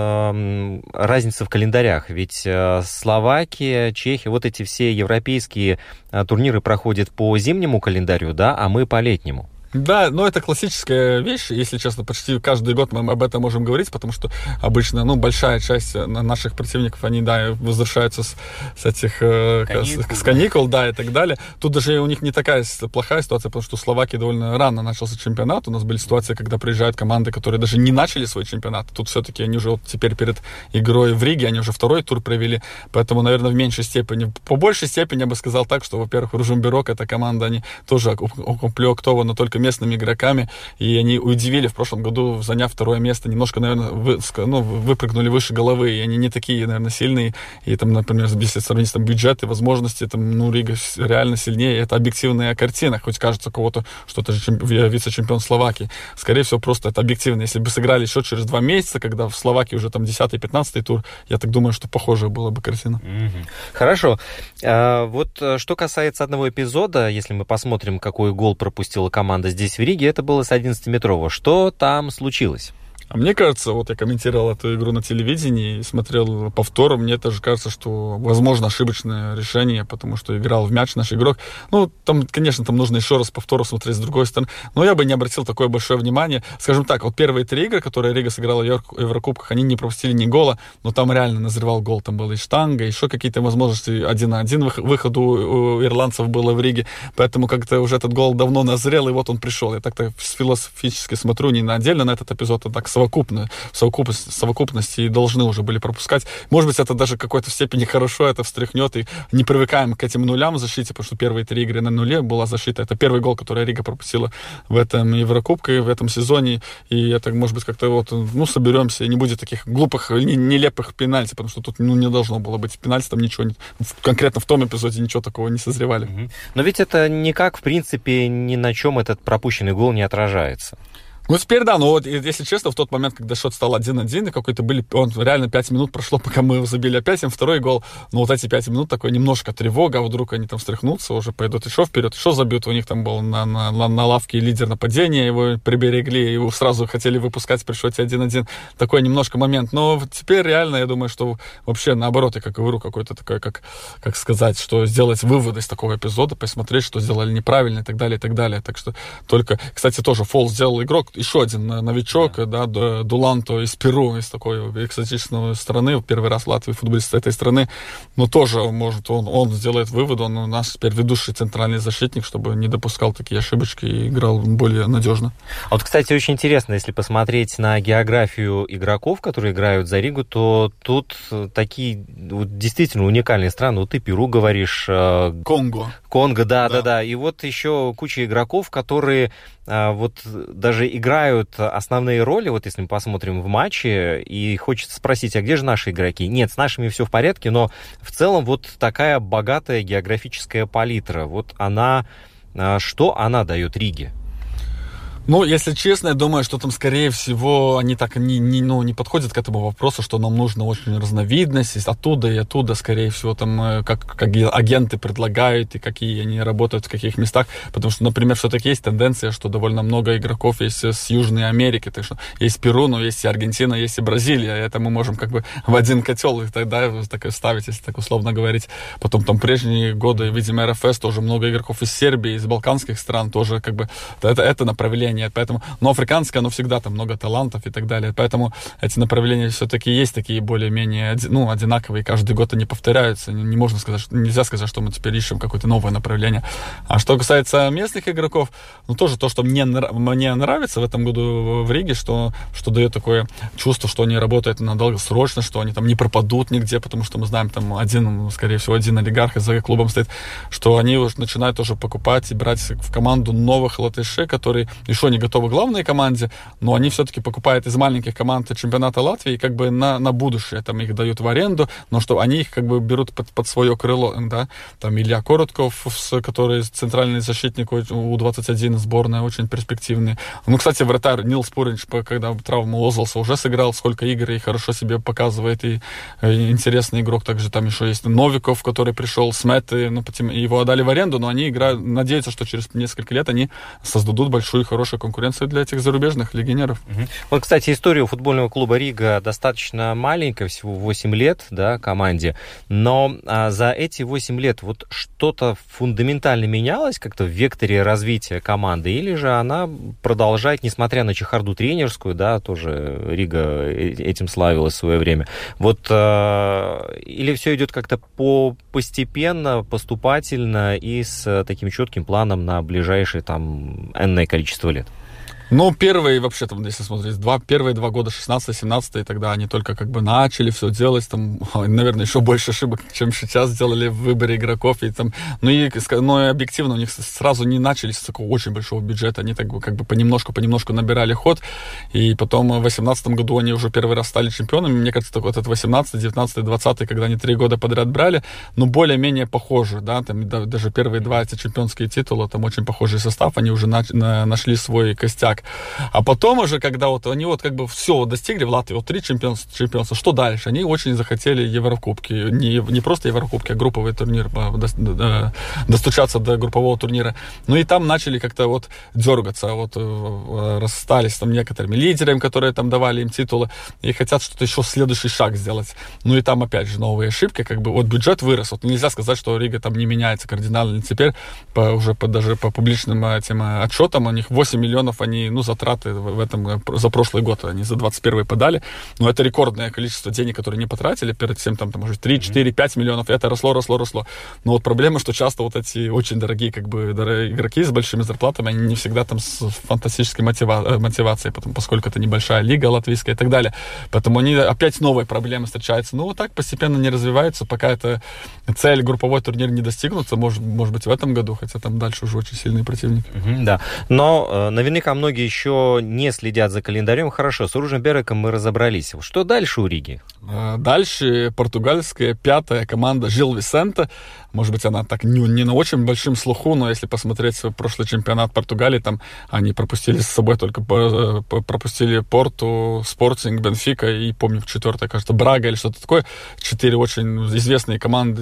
разница в календарях? Ведь Словакия, Чехия, вот эти все европейские турниры проходят по зимнему календарю, да, а мы по летнему. Да, но это классическая вещь, если честно, почти каждый год мы об этом можем говорить, потому что обычно, ну, большая часть наших противников, они, да, возвращаются с этих каникул, да, и так далее. Тут даже у них не такая плохая ситуация, потому что у Словакии довольно рано начался чемпионат. У нас были ситуации, когда приезжают команды, которые даже не начали свой чемпионат. Тут все-таки они уже вот теперь перед игрой в Риге, они уже второй тур провели, поэтому, наверное, в меньшей степени. По большей степени я бы сказал так, что, во-первых, Ружемберок, эта команда, они тоже укомплектованы только местными игроками, и они удивили в прошлом году, заняв второе место, немножко, наверное, выпрыгнули выше головы, и они не такие, наверное, сильные, и там, например, если сравнить там бюджеты, возможности, там, ну, Рига реально сильнее, это объективная картина, хоть кажется кого-то, что это же вице-чемпион Словакии, скорее всего, просто это объективно, если бы сыграли еще через 2 месяца, когда в Словакии уже там 10-15 тур, я так думаю, что похожая была бы картина. Хорошо, вот что касается одного эпизода, если мы посмотрим, какой гол пропустила команда здесь в Риге, это было с 11-метрового. Что там случилось? А мне кажется, вот я комментировал эту игру на телевидении и смотрел повтор, мне тоже кажется, что, возможно, ошибочное решение, потому что играл в мяч наш игрок. Ну, там, конечно, там нужно еще раз повтору смотреть с другой стороны, но я бы не обратил такое большое внимание. Скажем так, вот первые 3 игры, которые Рига сыграла в Еврокубках, они не пропустили ни гола, но там реально назревал гол. Там была и штанга, еще какие-то возможности 1-1 выход у ирландцев было в Риге, поэтому как-то уже этот гол давно назрел, и вот он пришел. Я так-то философически смотрю не отдельно на этот эпизод, а так совокупности должны уже были пропускать. Может быть, это даже в какой-то степени хорошо, это встряхнет, и не привыкаем к этим нулям в защите, потому что первые 3 игры на нуле была защита. Это первый гол, который Рига пропустила в этом Еврокубке, в этом сезоне, и это, может быть, как-то вот, ну, соберемся, и не будет таких глупых, нелепых пенальти, потому что тут, ну, не должно было быть пенальти, там ничего, конкретно в том эпизоде ничего такого не созревали. Но ведь это никак, в принципе, ни на чем этот пропущенный гол не отражается. Ну, теперь да, но вот, если честно, в тот момент, когда счет стал 1-1, и какой-то реально 5 минут прошло, пока мы забили опять им второй гол, но вот эти 5 минут такой немножко тревога, а вдруг они там встряхнутся, уже пойдут еще вперед, еще забьют, у них там был на лавке лидер нападения, его приберегли, его сразу хотели выпускать при счете 1-1, такой немножко момент, но теперь реально, я думаю, что вообще наоборот, я как говорю, какой-то такой, как сказать, что сделать выводы из такого эпизода, посмотреть, что сделали неправильно и так далее, так что только, кстати, тоже фол сделал игрок, еще один новичок, да, Дуланто из Перу, из такой экзотичной страны, первый раз в Латвии футболист этой страны, но тоже, может, он сделает вывод, он у нас теперь ведущий центральный защитник, чтобы не допускал такие ошибочки и играл более надежно. Вот, кстати, очень интересно, если посмотреть на географию игроков, которые играют за Ригу, то тут такие вот, действительно уникальные страны. Вот ты Перу говоришь. Конго, да. И вот еще куча игроков, которые вот даже играют основные роли, вот если мы посмотрим в матче, и хочется спросить, а где же наши игроки? Нет, с нашими все в порядке, но в целом вот такая богатая географическая палитра, вот она, что она дает Риге? Ну, если честно, я думаю, что там, скорее всего, они так не подходят к этому вопросу, что нам нужно очень разновидность, оттуда и оттуда, скорее всего, там, как агенты предлагают и какие они работают в каких местах, потому что, например, все-таки есть тенденция, что довольно много игроков есть с Южной Америки, так что есть Перу, но есть и Аргентина, есть и Бразилия, это мы можем как бы в один котел их тогда так ставить, если так условно говорить. Потом там прежние годы, видимо, РФС тоже много игроков из Сербии, из балканских стран тоже как бы это направление. Поэтому, но африканское, оно всегда там много талантов и так далее. Поэтому эти направления все-таки есть такие более-менее одинаковые. Каждый год они повторяются. Нельзя сказать, что мы теперь ищем какое-то новое направление. А что касается местных игроков, тоже то, что мне нравится в этом году в Риге, что дает такое чувство, что они работают на долгосрочно, что они там не пропадут нигде, потому что мы знаем, там скорее всего, один олигарх за клубом стоит, что они уже начинают тоже покупать и брать в команду новых латышей, которые еще еще не готовы к главной команде, но они все-таки покупают из маленьких команд чемпионата Латвии как бы на будущее. Там их дают в аренду, но что они их как бы берут под свое крыло, да. Там Илья Коротков, который центральный защитник У-21 сборная, очень перспективный. Ну, кстати, вратарь Нилс Пуринч, когда травму Озолса, уже сыграл сколько игр и хорошо себе показывает, и интересный игрок. Также там еще есть Новиков, который пришел с Мэты, ну, его отдали в аренду, но они играют, надеются, что через несколько лет они создадут большую и хорошую конкуренцию для этих зарубежных легионеров. Вот, кстати, история у футбольного клуба Рига достаточно маленькая, всего 8 лет, да, команде, но за эти 8 лет вот что-то фундаментально менялось как-то в векторе развития команды, или же она продолжает, несмотря на чехарду тренерскую, да, тоже Рига этим славилась в свое время, вот, или все идет как-то постепенно, поступательно и с таким четким планом на ближайшие там энное количество лет? Ну, первые, вообще, там, если смотреть, первые 2 года, 16-17, тогда они только как бы начали все делать, там, наверное, еще больше ошибок, чем сейчас сделали в выборе игроков, и там, ну, и объективно у них сразу не начались с такого очень большого бюджета, они так как бы понемножку набирали ход, и потом в 18 году они уже первый раз стали чемпионами, мне кажется, вот этот 18, 19, 20, когда они 3 года подряд брали, ну, более-менее похожи, да, там даже первые 2 эти чемпионские титула, там очень похожий состав, они уже нашли свой костяк. А потом уже, когда вот они вот как бы все достигли в Латвии, вот 3 чемпионства, что дальше? Они очень захотели Еврокубки, не просто Еврокубки, а групповый турнир, достучаться до группового турнира. Ну и там начали как-то вот дергаться, вот расстались там некоторыми лидерами, которые там давали им титулы, и хотят что-то еще следующий шаг сделать. Ну и там опять же новые ошибки, как бы вот бюджет вырос, вот нельзя сказать, что Рига там не меняется кардинально. Теперь даже по публичным этим отчетам у них 8 миллионов они, ну, затраты в этом за прошлый год они за 21 подали, но это рекордное количество денег, которые не потратили, перед тем там может 3, 4, 5 миллионов, и это росло. Но вот проблема, что часто вот эти очень дорогие как бы игроки с большими зарплатами, они не всегда там с фантастической мотивацией, поскольку это небольшая лига латвийская и так далее. Поэтому они опять новые проблемы встречаются. Ну, вот так постепенно не развиваются, пока эта цель групповой турнир не достигнуться, может быть, в этом году, хотя там дальше уже очень сильный противник. Да, но наверняка многие еще не следят за календарем. Хорошо, с Ружем Береком мы разобрались. Что дальше у Риги? Дальше португальская 5-я команда Жил Висенте. Может быть, она так не на очень большим слуху, но если посмотреть прошлый чемпионат Португалии, там они пропустили с собой только пропустили Порту, Спортинг, Бенфика и, помню, 4-я, кажется, Брага или что-то такое. 4 очень известные команды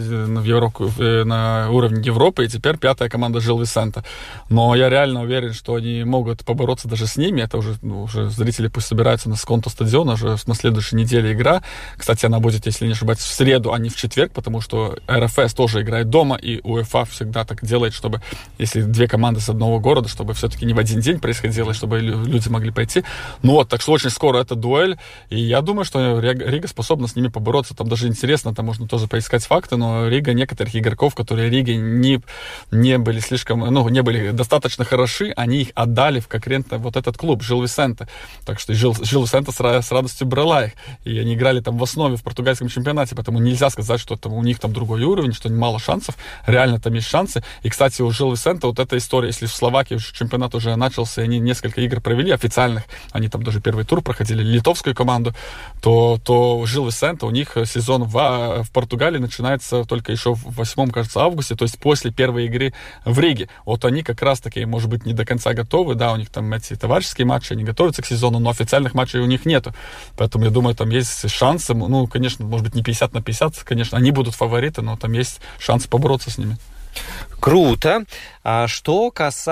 на уровне Европы, и теперь 5-я команда Жил Висенте. Но я реально уверен, что они могут побороться даже с ними. Это уже зрители пусть собираются на Сконто стадион, уже на следующей неделе игра. Кстати, она будет, если не ошибаюсь, в среду, а не в четверг, потому что РФС тоже играет дома, и УЕФА всегда так делает, чтобы, если 2 команды с одного города, чтобы все-таки не в один день происходило, чтобы люди могли пойти. Ну вот, так что очень скоро это дуэль, и я думаю, что Рига способна с ними побороться. Там даже интересно, там можно тоже поискать факты, но Рига некоторых игроков, которые Риге не были слишком, ну, не были достаточно хороши, они их отдали в конкретно вот этот клуб, Жил Висенте. Так что Жил Висенте с радостью брала их, и они играли там в основе в португальском чемпионате, поэтому нельзя сказать, что там у них там другой уровень, что мало шансов, реально там есть шансы. И, кстати, у Жил Висенте вот эта история, если в Словакии чемпионат уже начался, и они несколько игр провели официальных, они там даже первый тур проходили, литовскую команду, то Жил Висенте, у них сезон в Португалии начинается только еще в 8, кажется, августе, то есть после первой игры в Риге. Вот они как раз таки, может быть, не до конца готовы, да, у них там эти товарищеские матчи, они готовятся к сезону, но официальных матчей у них нету. Поэтому, я думаю, там есть шансы, ну, конечно, может быть, не 50/50, конечно, они будут фавориты, но там есть шанс побороться с ними. Круто. А что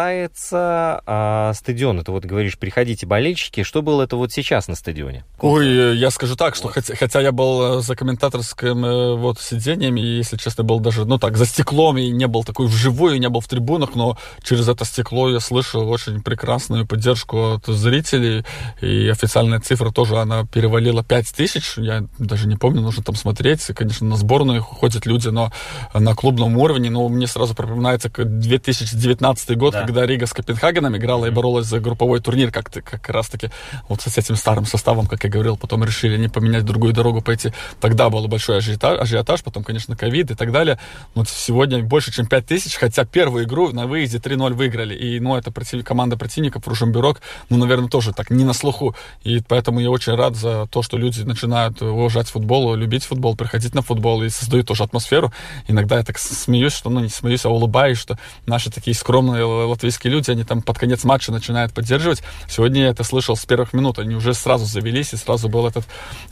касается стадиона, ты вот говоришь, приходите болельщики, что было это вот сейчас на стадионе? Ой, я скажу так, что хотя я был за комментаторским вот сиденьем, и, если честно, был даже, ну так, за стеклом, и не был такой вживую, не был в трибунах, но через это стекло я слышал очень прекрасную поддержку от зрителей, и официальная цифра тоже, она перевалила 5000, я даже не помню, нужно там смотреть, конечно, на сборную ходят люди, но на клубном уровне, но мне сразу припоминается 2019 год, когда Рига с Копенгагеном играла и боролась за групповой турнир, как раз-таки вот с этим старым составом, как я говорил, потом решили не поменять другую дорогу пойти. Тогда был большой ажиотаж, потом, конечно, ковид и так далее. Но сегодня больше, чем 5000, хотя первую игру на выезде 3-0 выиграли. И, это команда противников, Ружембюрок, наверное, тоже так не на слуху. И поэтому я очень рад за то, что люди начинают уважать футбол, любить футбол, приходить на футбол и создают тоже атмосферу. Иногда я так смеюсь, что, не смеюсь, а улыбаюсь, что наши такие скромные латвийские люди, они там под конец матча начинают поддерживать. Сегодня я это слышал с первых минут. Они уже сразу завелись, и сразу был этот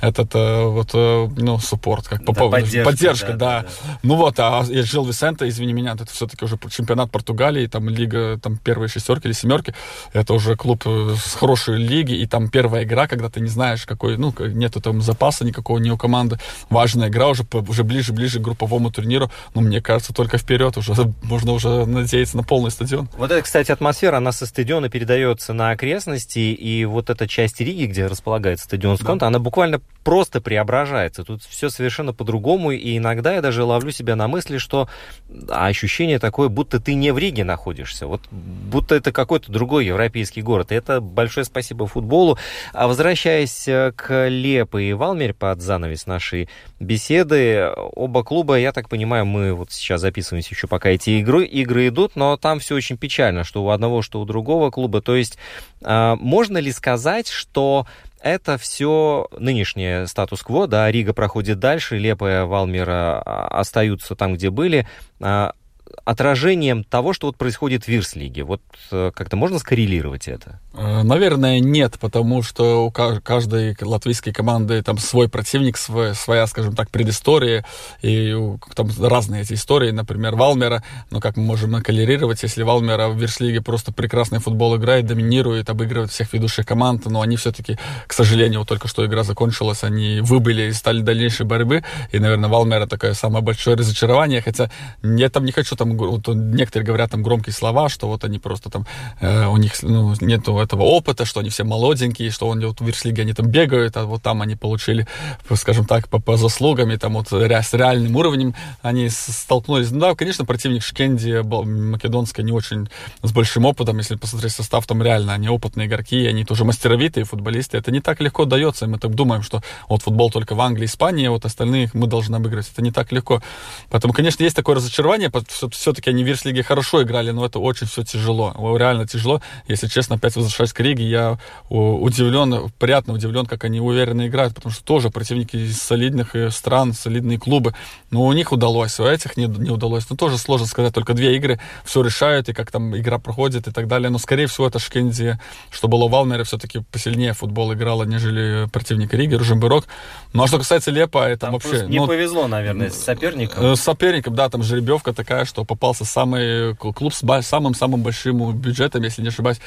суппорт, как поддержка, да. А Жил Висенте, извини меня, это все-таки уже чемпионат Португалии, там лига, там первые шестерки или семерки, это уже клуб с хорошей лиги, и там первая игра, когда ты не знаешь, какой, нету там запаса никакого ни у команды, важная игра уже ближе к групповому турниру, мне кажется, только вперед уже можно уже надеяться на полный стадион. Вот это, кстати, атмосфера, она со стадиона передается на окрестности, и вот эта часть Риги, где располагается стадион Сконта, она буквально просто преображается. Тут все совершенно по-другому, и иногда я даже ловлю себя на мысли, что ощущение такое, будто ты не в Риге находишься, вот будто это какой-то другой европейский город. И это большое спасибо футболу. А возвращаясь к Лепе и Валмере под занавес нашей беседы, оба клуба, я так понимаю, мы вот сейчас записываемся еще пока эти игры идут, но там все очень печально, что у одного, что у другого клуба. То есть можно ли сказать, что это все нынешнее статус-кво, да, Рига проходит дальше, Лепе и Валмера остаются там, где были, отражением того, что вот происходит в Вирслиге? Вот как-то можно скоррелировать это? Наверное, нет, потому что у каждой латвийской команды там свой противник, своя, скажем так, предыстория, и там разные эти истории, например, Валмера, но как мы можем коррелировать, если Валмера в Вирслиге просто прекрасный футбол играет, доминирует, обыгрывает всех ведущих команд, но они все-таки, к сожалению, только что игра закончилась, они выбыли и стали дальнейшей борьбы, и, наверное, Валмера такое самое большое разочарование, хотя я там не хочу, там, вот некоторые говорят там громкие слова, что вот они просто там, у них нету этого опыта, что они все молоденькие, что они вот в Вирслиге они там бегают, а вот там они получили, скажем так, по заслугам, и там вот с реальным уровнем они столкнулись. Да, конечно, противник Шкенди македонская не очень с большим опытом, если посмотреть состав, там реально они опытные игроки, они тоже мастеровитые футболисты, это не так легко дается, и мы так думаем, что вот футбол только в Англии, Испании, а вот остальных мы должны обыграть, это не так легко. Поэтому, конечно, есть такое разочарование, все-таки они в Вирслиге хорошо играли, но это очень все тяжело, реально тяжело. Если честно, опять возвращаясь к Риге, я приятно удивлен, как они уверенно играют, потому что тоже противники из солидных стран, солидные клубы, но у них удалось, у этих не удалось. Но тоже сложно сказать, только 2 игры все решают, и как там игра проходит и так далее. Но, скорее всего, это Шкенди, что было в Валмере, все-таки посильнее футбол играла, нежели противник Риги, Ружембюрок. Ну, а что касается Лепа, это там вообще... Не повезло, наверное, с соперником. С соперником, да, там жеребьевка такая, что попался самый клуб с самым большим бюджетом, если не ошибаюсь,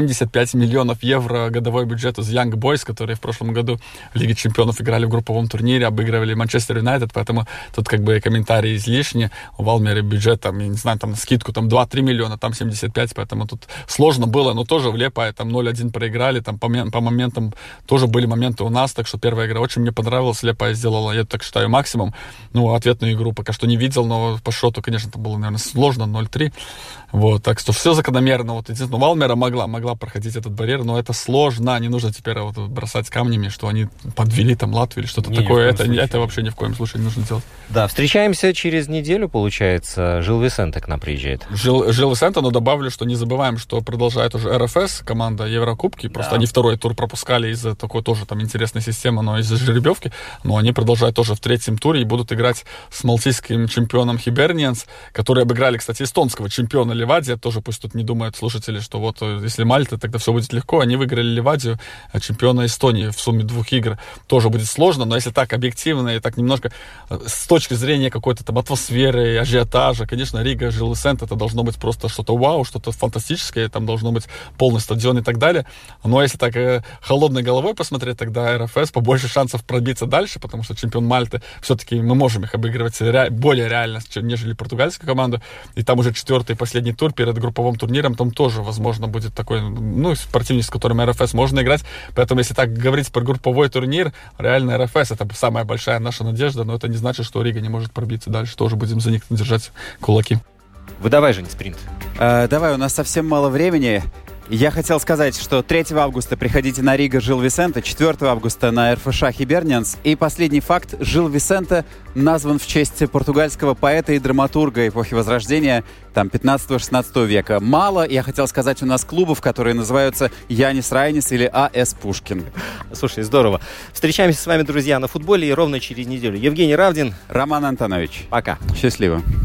75 миллионов евро годовой бюджет из Young Boys, которые в прошлом году в Лиге Чемпионов играли в групповом турнире, обыгрывали Манчестер Юнайтед, поэтому тут как бы комментарии излишни. У Валмере бюджет, там, я не знаю, там на скидку там 2-3 миллиона, там 75, поэтому тут сложно было, но тоже в Лепе там 0-1 проиграли, там по моментам тоже были моменты у нас, так что первая игра очень мне понравилась, Лепе сделала, я так считаю, максимум. Ну, ответную игру пока что не видел, но по счету, конечно, это было, наверное, сложно, 0-3. Вот, так что все закономерно. Вот, единственное, Валмера могла проходить этот барьер, но это сложно. Не нужно теперь вот бросать камнями, что они подвели там Латвию или что-то такое. Это вообще ни в коем случае не нужно делать. Да, встречаемся через неделю, получается. Жил Висенте к нам приезжает. Жил Висенте, но добавлю, что не забываем, что продолжает уже РФС, команда Еврокубки. Просто они второй тур пропускали из-за такой тоже там интересной системы, но из-за жеребьевки. Но они продолжают тоже в 3-м туре и будут играть с малтийским чемпионом Хиберниенс, которые обыграли, кстати, эстонского чемпиона Ливадия. Тоже пусть тут не думают слушатели, что вот если Мальта, тогда все будет легко. Они выиграли Ливадию, чемпиона Эстонии в сумме 2 игр. Тоже будет сложно, но если так объективно и так немножко с точки зрения какой-то там атмосферы, ажиотажа, конечно, Рига, Жил Висенте, это должно быть просто что-то вау, что-то фантастическое, там должно быть полный стадион и так далее. Но если так холодной головой посмотреть, тогда РФС побольше шансов пробиться дальше, потому что чемпион Мальты, все-таки мы можем их обыгрывать более реально, нежели португальскую команду. И там уже 4-й последний тур перед групповым турниром, там тоже, возможно, будет такой, противник, с которым РФС можно играть. Поэтому, если так говорить про групповой турнир, реально РФС это самая большая наша надежда, но это не значит, что Рига не может пробиться дальше. Тоже будем за них держать кулаки. Выдавай, Жень, спринт. Давай, у нас совсем мало времени. Я хотел сказать, что 3 августа приходите на Рига Жил Висенте, 4 августа на РФШ Хибернианс. И последний факт. Жил Висенте назван в честь португальского поэта и драматурга эпохи Возрождения, там, 15-16 века. Мало, я хотел сказать, у нас клубов, которые называются Янис Райнис или А.С. Пушкин. Слушай, здорово. Встречаемся с вами, друзья, на футболе и ровно через неделю. Евгений Равдин. Роман Антонович. Пока. Счастливо.